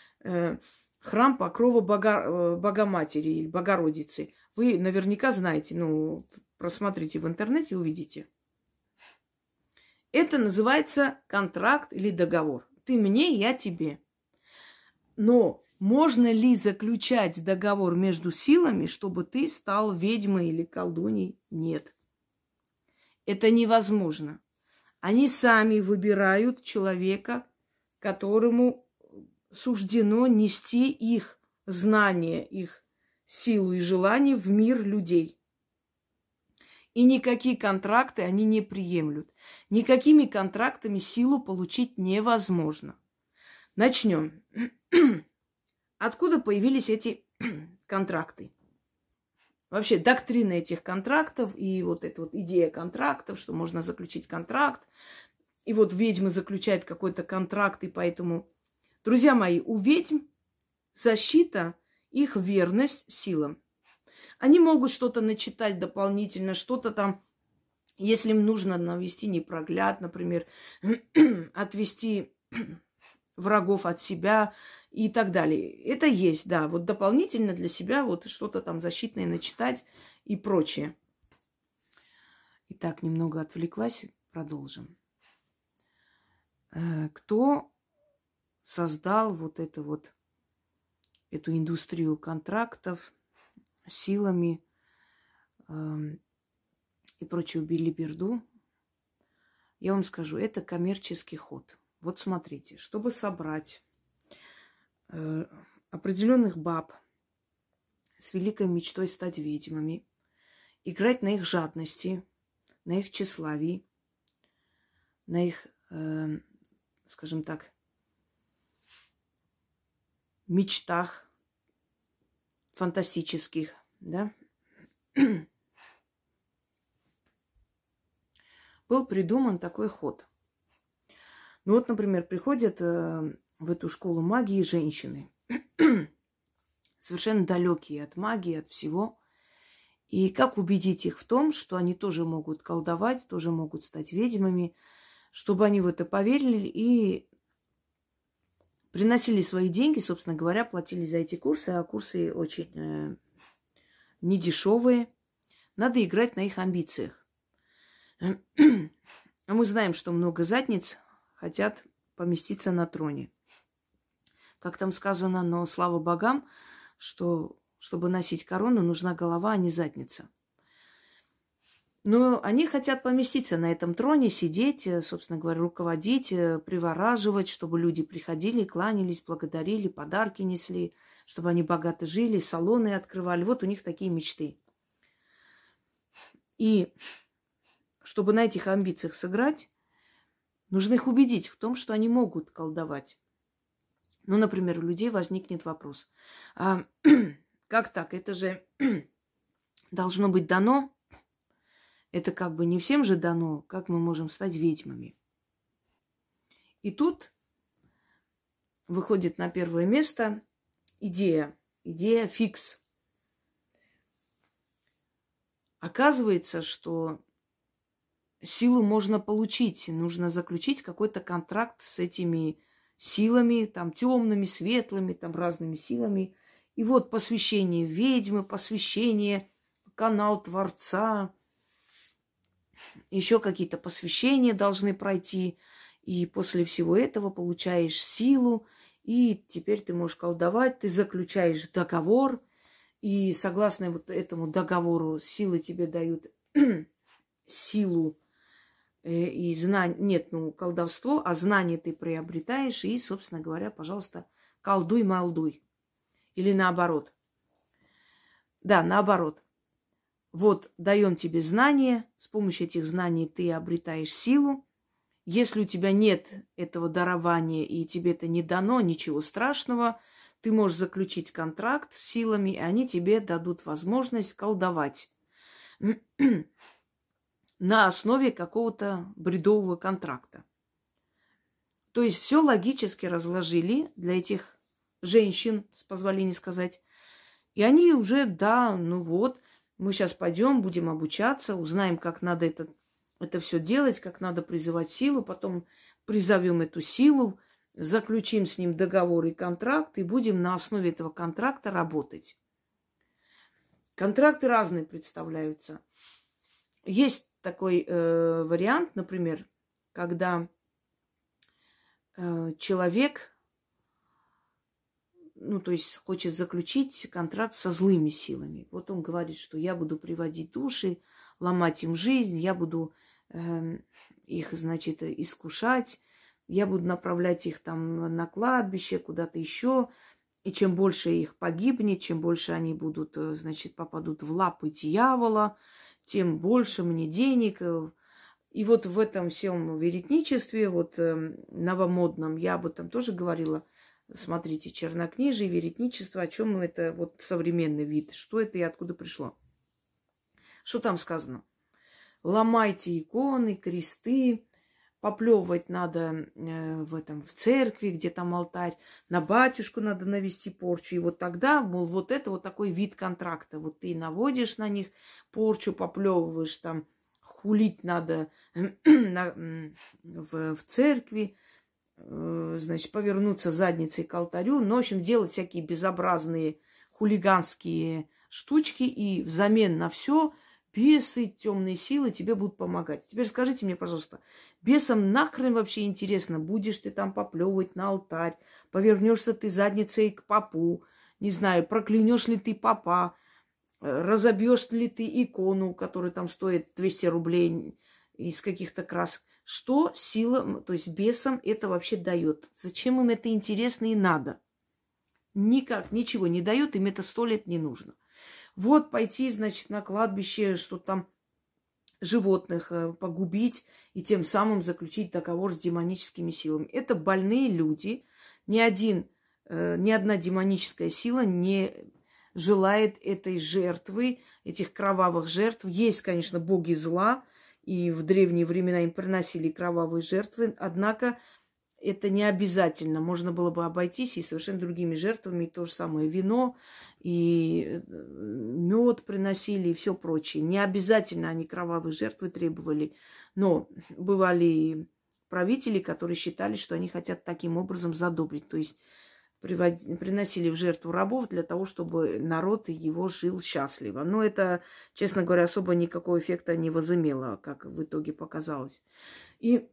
храм Покрова Богоматери или Богородицы. Вы наверняка знаете, ну, просмотрите в интернете, увидите. Это называется контракт или договор. Ты мне, я тебе. Но можно ли заключать договор между силами, чтобы ты стал ведьмой или колдуней? Нет. Это невозможно. Они сами выбирают человека, которому суждено нести их знания, их силу и желание в мир людей. И никакие контракты они не приемлют. Никакими контрактами силу получить невозможно. Начнем. Откуда появились эти контракты? Вообще, доктрина этих контрактов и вот эта вот идея контрактов, что можно заключить контракт. И вот ведьмы заключают какой-то контракт, и поэтому, друзья мои, у ведьм защита, их верность силам. Они могут что-то начитать дополнительно, что-то там, если им нужно навести непрогляд, например, отвести врагов от себя и так далее. Это есть, да, вот дополнительно для себя вот что-то там защитное начитать и прочее. Итак, немного отвлеклась, продолжим. Кто создал вот эту индустрию контрактов силами? и прочую билиберду, я вам скажу, это коммерческий ход. Вот смотрите, чтобы собрать определенных баб с великой мечтой стать ведьмами, играть на их жадности, на их тщеславии, на их, скажем так, мечтах фантастических, да, был придуман такой ход. Ну вот, например, приходят в эту школу магии женщины, совершенно далекие от магии, от всего. И как убедить их в том, что они тоже могут колдовать, тоже могут стать ведьмами, чтобы они в это поверили и приносили свои деньги, собственно говоря, платили за эти курсы, а курсы очень недешевые. Надо играть на их амбициях. А мы знаем, что много задниц хотят поместиться на троне. Как там сказано, но слава богам, что чтобы носить корону, нужна голова, а не задница. Но они хотят поместиться на этом троне, сидеть, собственно говоря, руководить, привораживать, чтобы люди приходили, кланялись, благодарили, подарки несли, чтобы они богато жили, салоны открывали. Вот у них такие мечты. И чтобы на этих амбициях сыграть, нужно их убедить в том, что они могут колдовать. Ну, например, у людей возникнет вопрос. Как так? Это же должно быть дано. Это как бы не всем же дано. Как мы можем стать ведьмами? И тут выходит на первое место идея. Идея фикс. Оказывается, что силу можно получить. Нужно заключить какой-то контракт с этими силами, там, темными, светлыми, там, разными силами. И вот посвящение ведьмы, посвящение канал Творца, еще какие-то посвящения должны пройти. И после всего этого получаешь силу, и теперь ты можешь колдовать, ты заключаешь договор, и согласно вот этому договору силы тебе дают силу и знание, нет, колдовство, а знание ты приобретаешь, и, собственно говоря, пожалуйста, колдуй-молдуй. Или наоборот. Да, наоборот. Вот даем тебе знания, с помощью этих знаний ты обретаешь силу. Если у тебя нет этого дарования и тебе это не дано, ничего страшного, ты можешь заключить контракт с силами, и они тебе дадут возможность колдовать на основе какого-то бредового контракта. То есть все логически разложили для этих женщин, с позволения сказать. И они уже, да, ну вот, мы сейчас пойдем, будем обучаться, узнаем, как надо это все делать, как надо призывать силу, потом призовем эту силу, заключим с ним договор и контракт, и будем на основе этого контракта работать. Контракты разные представляются. Есть такой вариант, например, когда человек, то есть хочет заключить контракт со злыми силами. Вот он говорит, что я буду приводить души, ломать им жизнь, я буду их, искушать, я буду направлять их там на кладбище, куда-то еще. И чем больше их погибнет, чем больше они будут, попадут в лапы дьявола, тем больше мне денег. И вот в этом всем веретничестве, новомодном, я об этом тоже говорила. Смотрите, чернокнижие, веретничество, о чем это современный вид, что это и откуда пришло. Что там сказано? Ломайте иконы, кресты, поплевывать надо в церкви, где там алтарь, на батюшку надо навести порчу. И вот тогда, мол, это такой вид контракта. Вот ты наводишь на них порчу, поплевываешь там, хулить надо в церкви, повернуться задницей к алтарю. В общем, делать всякие безобразные хулиганские штучки, и взамен на все бесы, темные силы тебе будут помогать. Теперь скажите мне, пожалуйста, бесам нахрен вообще интересно, будешь ты там поплевывать на алтарь, повернешься ты задницей к попу, не знаю, проклянешь ли ты попа, разобьешь ли ты икону, которая там стоит 200 рублей из каких-то красок. Что сила, то есть бесам это вообще дает? Зачем им это интересно и надо? Никак, ничего не дает, им это 100 лет не нужно. Вот пойти, значит, на кладбище, что там животных погубить и тем самым заключить договор с демоническими силами. Это больные люди. Ни одна демоническая сила не желает этой жертвы, этих кровавых жертв. Есть, конечно, боги зла, и в древние времена им приносили кровавые жертвы, однако это не обязательно. Можно было бы обойтись и совершенно другими жертвами. И то же самое вино, и мед приносили, и все прочее. Не обязательно они кровавые жертвы требовали. Но бывали правители, которые считали, что они хотят таким образом задобрить. То есть приносили в жертву рабов для того, чтобы народ его жил счастливо. Но это, честно говоря, особо никакого эффекта не возымело, как в итоге показалось. И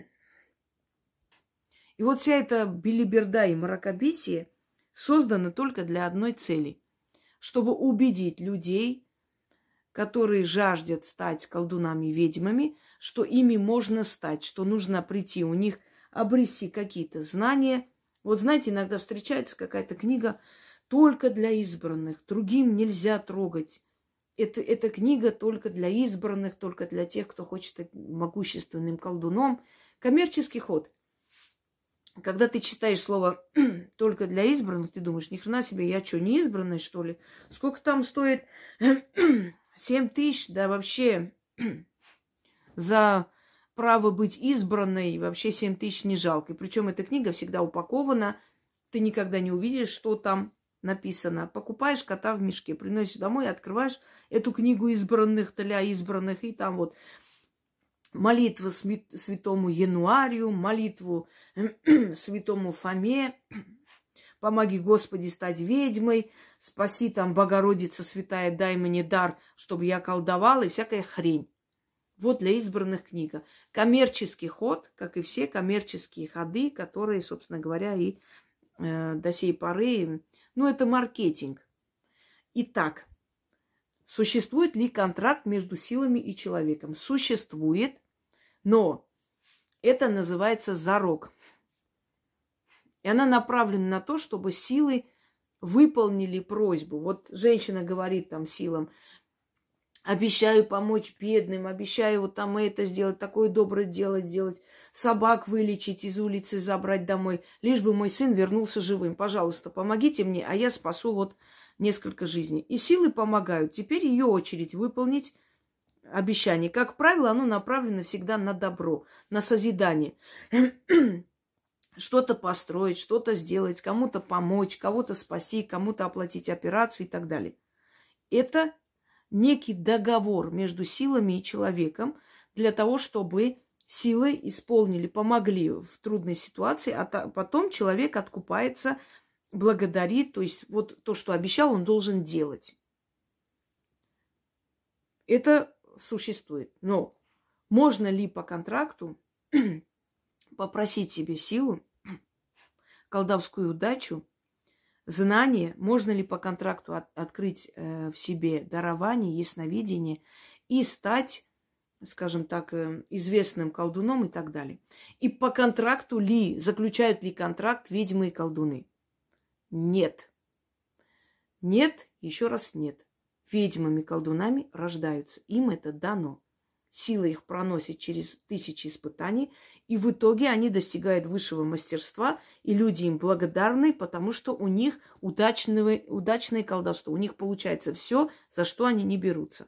вот вся эта белиберда и мракобесие создана только для одной цели. Чтобы убедить людей, которые жаждут стать колдунами и ведьмами, что ими можно стать, что нужно прийти у них, обрести какие-то знания. Вот знаете, иногда встречается какая-то книга только для избранных, другим нельзя трогать. Эта книга только для избранных, только для тех, кто хочет стать могущественным колдуном. Коммерческий ход. Когда ты читаешь слово «только для избранных», ты думаешь, ни хрена себе, я что, не избранный, что ли? Сколько там стоит? 7 тысяч? Да вообще за право быть избранной вообще 7 тысяч не жалко. И причем эта книга всегда упакована, ты никогда не увидишь, что там написано. Покупаешь кота в мешке, приносишь домой, открываешь эту книгу избранных для избранных, и там вот молитва святому Януарию, молитву святому Фоме, помоги, Господи, стать ведьмой, спаси там, Богородица святая, дай мне дар, чтобы я колдовала, и всякая хрень. Вот для избранных книга. Коммерческий ход, как и все коммерческие ходы, которые, собственно говоря, и до сей поры, ну, это маркетинг. Итак, существует ли контракт между силами и человеком? Существует, но это называется зарок. И она направлена на то, чтобы силы выполнили просьбу. Вот женщина говорит там силам: обещаю помочь бедным, обещаю вот там это сделать, такое доброе дело сделать, собак вылечить, из улицы забрать домой, лишь бы мой сын вернулся живым. Пожалуйста, помогите мне, а я спасу вот несколько жизней. И силы помогают. Теперь ее очередь выполнить обещание. Как правило, оно направлено всегда на добро, на созидание. Что-то построить, что-то сделать, кому-то помочь, кого-то спасти, кому-то оплатить операцию и так далее. Это некий договор между силами и человеком для того, чтобы силы исполнили, помогли в трудной ситуации, а потом человек откупается, благодарит, то есть вот то, что обещал, он должен делать. Это существует. Но можно ли по контракту попросить себе силу, колдовскую удачу, знание, можно ли по контракту открыть в себе дарование, ясновидение и стать, скажем так, известным колдуном и так далее. И по контракту ли, заключают ли контракт ведьмы и колдуны? Нет. Нет, еще раз нет. Ведьмами и колдунами рождаются. Им это дано. Сила их проносит через тысячи испытаний, и в итоге они достигают высшего мастерства, и люди им благодарны, потому что у них удачное колдовство. У них получается все, за что они не берутся.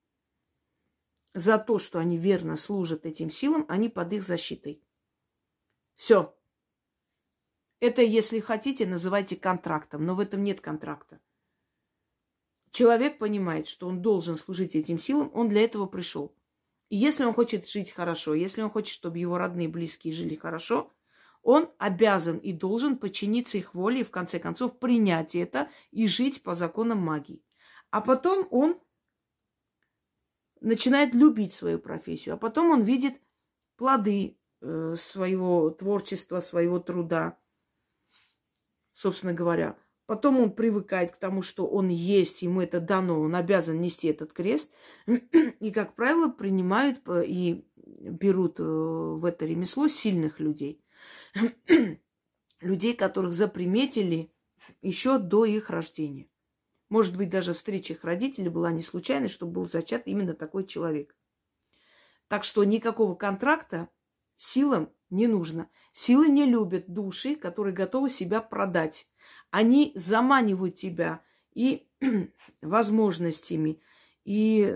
За то, что они верно служат этим силам, они под их защитой. Все. Это, если хотите, называйте контрактом, но в этом нет контракта. Человек понимает, что он должен служить этим силам, он для этого пришел. И если он хочет жить хорошо, если он хочет, чтобы его родные и близкие жили хорошо, он обязан и должен подчиниться их воле и, в конце концов, принять это и жить по законам магии. А потом он начинает любить свою профессию, а потом он видит плоды своего творчества, своего труда. Собственно говоря, Потом он привыкает к тому, что он есть, ему это дано, он обязан нести этот крест. И, как правило, принимают и берут в это ремесло сильных людей. Людей, которых заприметили еще до их рождения. Может быть, даже встреча их родителей была не случайной, чтобы был зачат именно такой человек. Так что никакого контракта силам не нужно. Силы не любят души, которые готовы себя продать. Они заманивают тебя и возможностями, и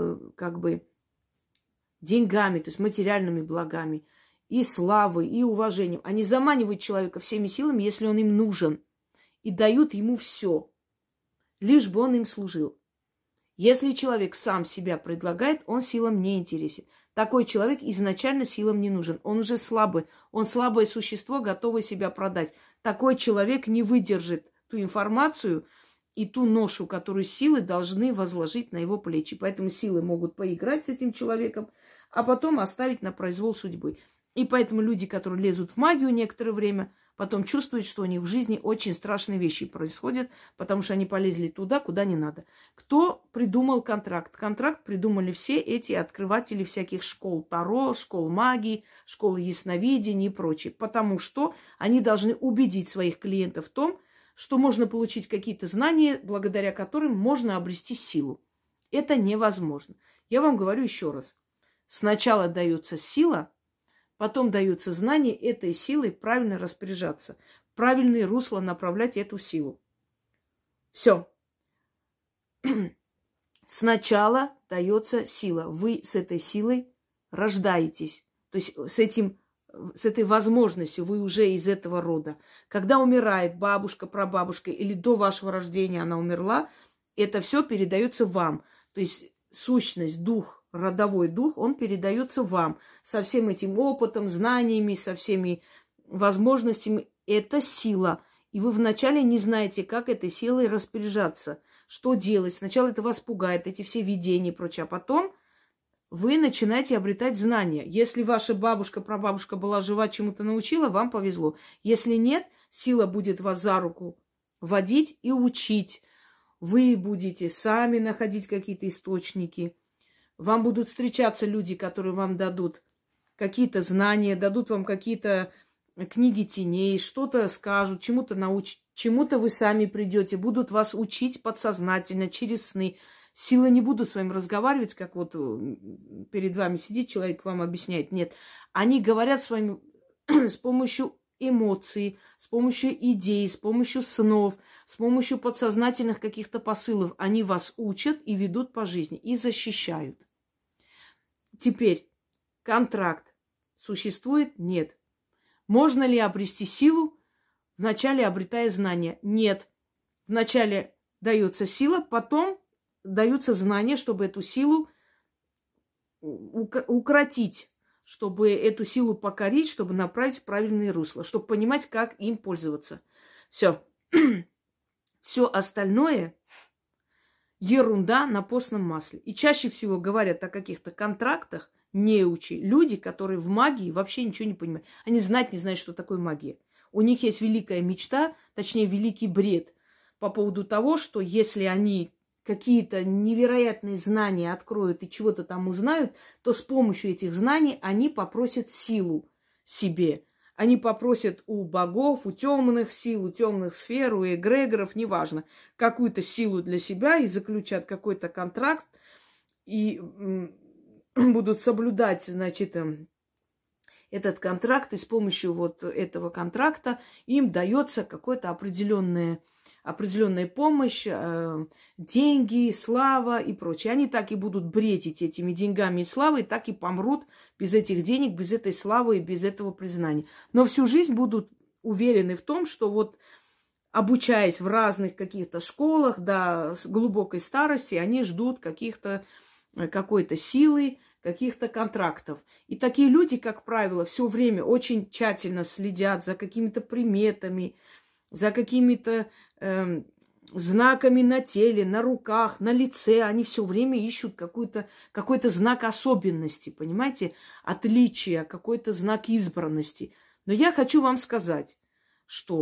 деньгами, то есть материальными благами, и славой, и уважением. Они заманивают человека всеми силами, если он им нужен, и дают ему все, лишь бы он им служил. Если человек сам себя предлагает, он силам не интересен. Такой человек изначально силам не нужен. Он уже слабый. Он слабое существо, готовое себя продать. Такой человек не выдержит ту информацию и ту ношу, которую силы должны возложить на его плечи. Поэтому силы могут поиграть с этим человеком, а потом оставить на произвол судьбы. И поэтому люди, которые лезут в магию некоторое время, потом чувствуют, что у них в жизни очень страшные вещи происходят, потому что они полезли туда, куда не надо. Кто придумал контракт? Контракт придумали все эти открыватели всяких школ Таро, школ магии, школы ясновидения и прочее. Потому что они должны убедить своих клиентов в том, что можно получить какие-то знания, благодаря которым можно обрести силу. Это невозможно. Я вам говорю еще раз. Сначала дается сила, потом даются знания, этой силой правильно распоряжаться, в правильное русло направлять эту силу. Все. Сначала дается сила. Вы с этой силой рождаетесь. То есть с этой возможностью вы уже из этого рода. Когда умирает бабушка, прабабушка или до вашего рождения она умерла, это все передается вам. То есть сущность, дух, родовой дух, он передается вам со всем этим опытом, знаниями, со всеми возможностями. Это сила. И вы вначале не знаете, как этой силой распоряжаться, что делать. Сначала это вас пугает, эти все видения и прочее. А потом вы начинаете обретать знания. Если ваша бабушка, прабабушка была жива, чему-то научила, вам повезло. Если нет, сила будет вас за руку водить и учить. Вы будете сами находить какие-то источники. Вам будут встречаться люди, которые вам дадут какие-то знания, дадут вам какие-то книги теней, что-то скажут, чему-то научат, чему-то вы сами придете, будут вас учить подсознательно, через сны. Силы не будут с вами разговаривать, как вот перед вами сидит человек, вам объясняет. Нет, они говорят с вами с помощью эмоций, с помощью идей, с помощью снов, с помощью подсознательных каких-то посылов. Они вас учат и ведут по жизни, и защищают. Теперь, контракт существует? Нет. Можно ли обрести силу, вначале обретая знания? Нет. Вначале дается сила, потом даются знания, чтобы эту силу укротить, чтобы эту силу покорить, чтобы направить в правильное русло, чтобы понимать, как им пользоваться. Все. Все остальное ерунда на постном масле. И чаще всего говорят о каких-то контрактах неучи. Люди, которые в магии вообще ничего не понимают. Они знать не знают, что такое магия. У них есть великая мечта, точнее, великий бред по поводу того, что если они какие-то невероятные знания откроют и чего-то там узнают, то с помощью этих знаний они попросят силу себе. Они попросят у богов, у темных сил, у темных сфер, у эгрегоров, неважно, какую-то силу для себя и заключат какой-то контракт и будут соблюдать, значит, этот контракт, и с помощью вот этого контракта им дается какая-то определенная помощь, деньги, слава и прочее. Они так и будут бредить этими деньгами и славой, так и помрут без этих денег, без этой славы и без этого признания. Но всю жизнь будут уверены в том, что вот обучаясь в разных каких-то школах до глубокой старости, они ждут какой-то силы, каких-то контрактов. И такие люди, как правило, все время очень тщательно следят за какими-то приметами, за какими-то знаками на теле, на руках, на лице. Они все время ищут какой-то знак особенности, понимаете, отличия, какой-то знак избранности. Но я хочу вам сказать, что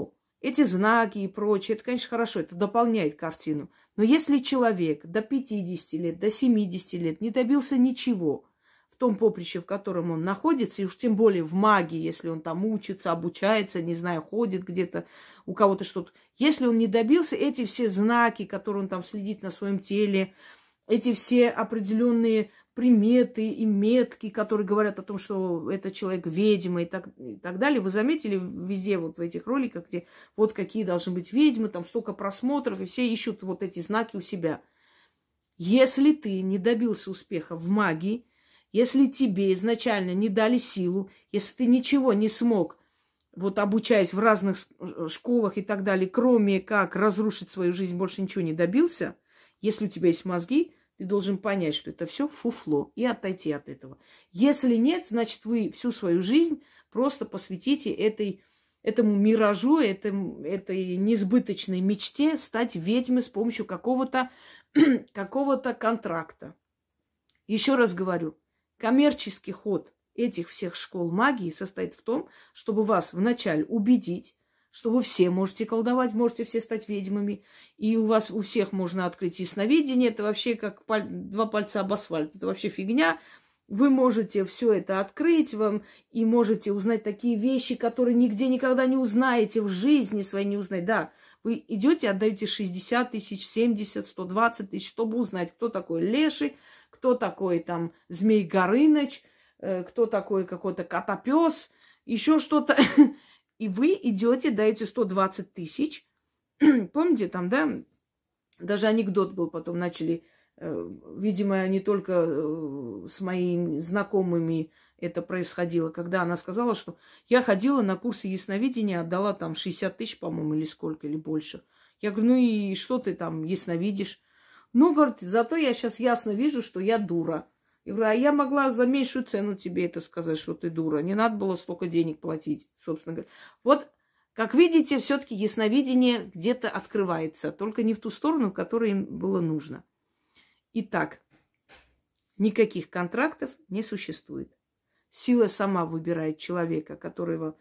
эти знаки и прочее, это, конечно, хорошо, это дополняет картину. Но если человек до 50 лет, до 70 лет не добился ничего в том поприще, в котором он находится, и уж тем более в магии, если он там учится, обучается, не знаю, ходит где-то, у кого-то что-то. Если он не добился, эти все знаки, которые он там следит на своем теле, эти все определенные приметы и метки, которые говорят о том, что это человек ведьма и так далее. Вы заметили везде вот в этих роликах, где вот какие должны быть ведьмы, там столько просмотров, и все ищут вот эти знаки у себя. Если ты не добился успеха в магии, если тебе изначально не дали силу, если ты ничего не смог, вот обучаясь в разных школах и так далее, кроме как разрушить свою жизнь, больше ничего не добился, если у тебя есть мозги, ты должен понять, что это все фуфло, и отойти от этого. Если нет, значит, вы всю свою жизнь просто посвятите этому миражу, этой несбыточной мечте стать ведьмой с помощью какого-то контракта. Еще раз говорю, коммерческий ход этих всех школ магии состоит в том, чтобы вас вначале убедить, что вы все можете колдовать, можете все стать ведьмами, и у вас у всех можно открыть ясновидение. Это вообще как два пальца об асфальт. Это вообще фигня. Вы можете все это открыть вам и можете узнать такие вещи, которые нигде никогда не узнаете, в жизни своей не узнаете. Да, вы идете, отдаете 60 тысяч, 70, 120 тысяч, чтобы узнать, кто такой Леший, кто такой там Змей Горыныч, кто такой какой-то Котопес, еще что-то. И вы идете, даете 120 тысяч. Помните, там, да, даже анекдот был, потом начали, видимо, не только с моими знакомыми это происходило, когда она сказала, что я ходила на курсы ясновидения, отдала там 60 тысяч, по-моему, или сколько, или больше. Я говорю, ну и что ты там ясновидишь? Ну, говорит, зато я сейчас ясно вижу, что я дура. Я говорю, а я могла за меньшую цену тебе это сказать, что ты дура. Не надо было столько денег платить, собственно говоря. Вот, как видите, все-таки ясновидение где-то открывается, только не в ту сторону, в которой им было нужно. Итак, никаких контрактов не существует. Сила сама выбирает человека, которого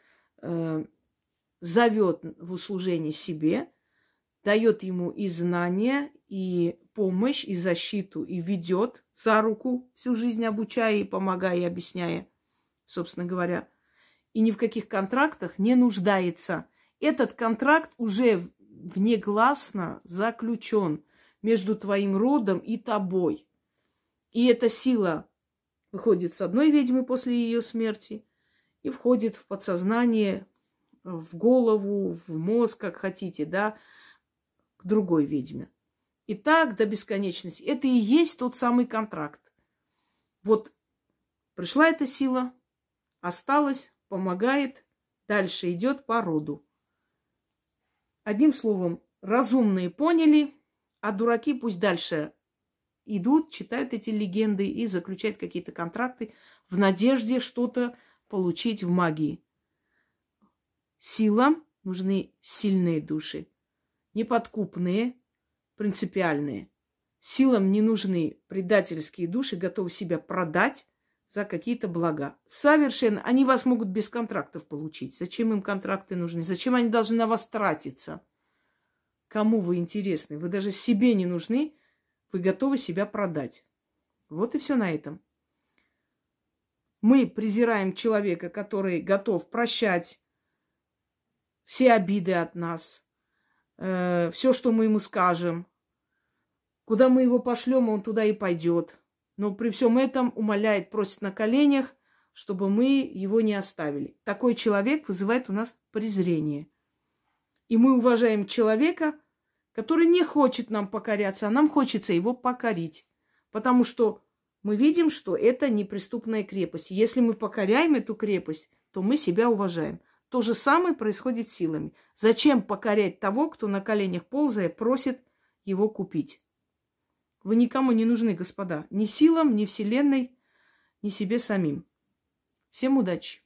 зовет в услужение себе, дает ему и знания, и помощь, и защиту, и ведет за руку всю жизнь, обучая и помогая, и объясняя, собственно говоря. И ни в каких контрактах не нуждается. Этот контракт уже внегласно заключен между твоим родом и тобой. И эта сила выходит с одной ведьмы после ее смерти и входит в подсознание, в голову, в мозг, как хотите, да, к другой ведьме. И так до бесконечности. Это и есть тот самый контракт. Вот пришла эта сила, осталась, помогает, дальше идет по роду. Одним словом, разумные поняли, а дураки пусть дальше идут, читают эти легенды и заключают какие-то контракты в надежде что-то получить в магии. Силам нужны сильные души. Неподкупные, принципиальные. Силам не нужны предательские души, готовы себя продать за какие-то блага. Совершенно. Они вас могут без контрактов получить. Зачем им контракты нужны? Зачем они должны на вас тратиться? Кому вы интересны? Вы даже себе не нужны. Вы готовы себя продать. Вот и все на этом. Мы презираем человека, который готов прощать все обиды от нас, все, что мы ему скажем. Куда мы его пошлем, он туда и пойдет. Но при всем этом умоляет, просит на коленях, чтобы мы его не оставили. Такой человек вызывает у нас презрение. И мы уважаем человека, который не хочет нам покоряться, а нам хочется его покорить. Потому что мы видим, что это неприступная крепость. Если мы покоряем эту крепость, то мы себя уважаем. То же самое происходит с силами. Зачем покорять того, кто на коленях ползая просит его купить? Вы никому не нужны, господа. Ни силам, ни вселенной, ни себе самим. Всем удачи!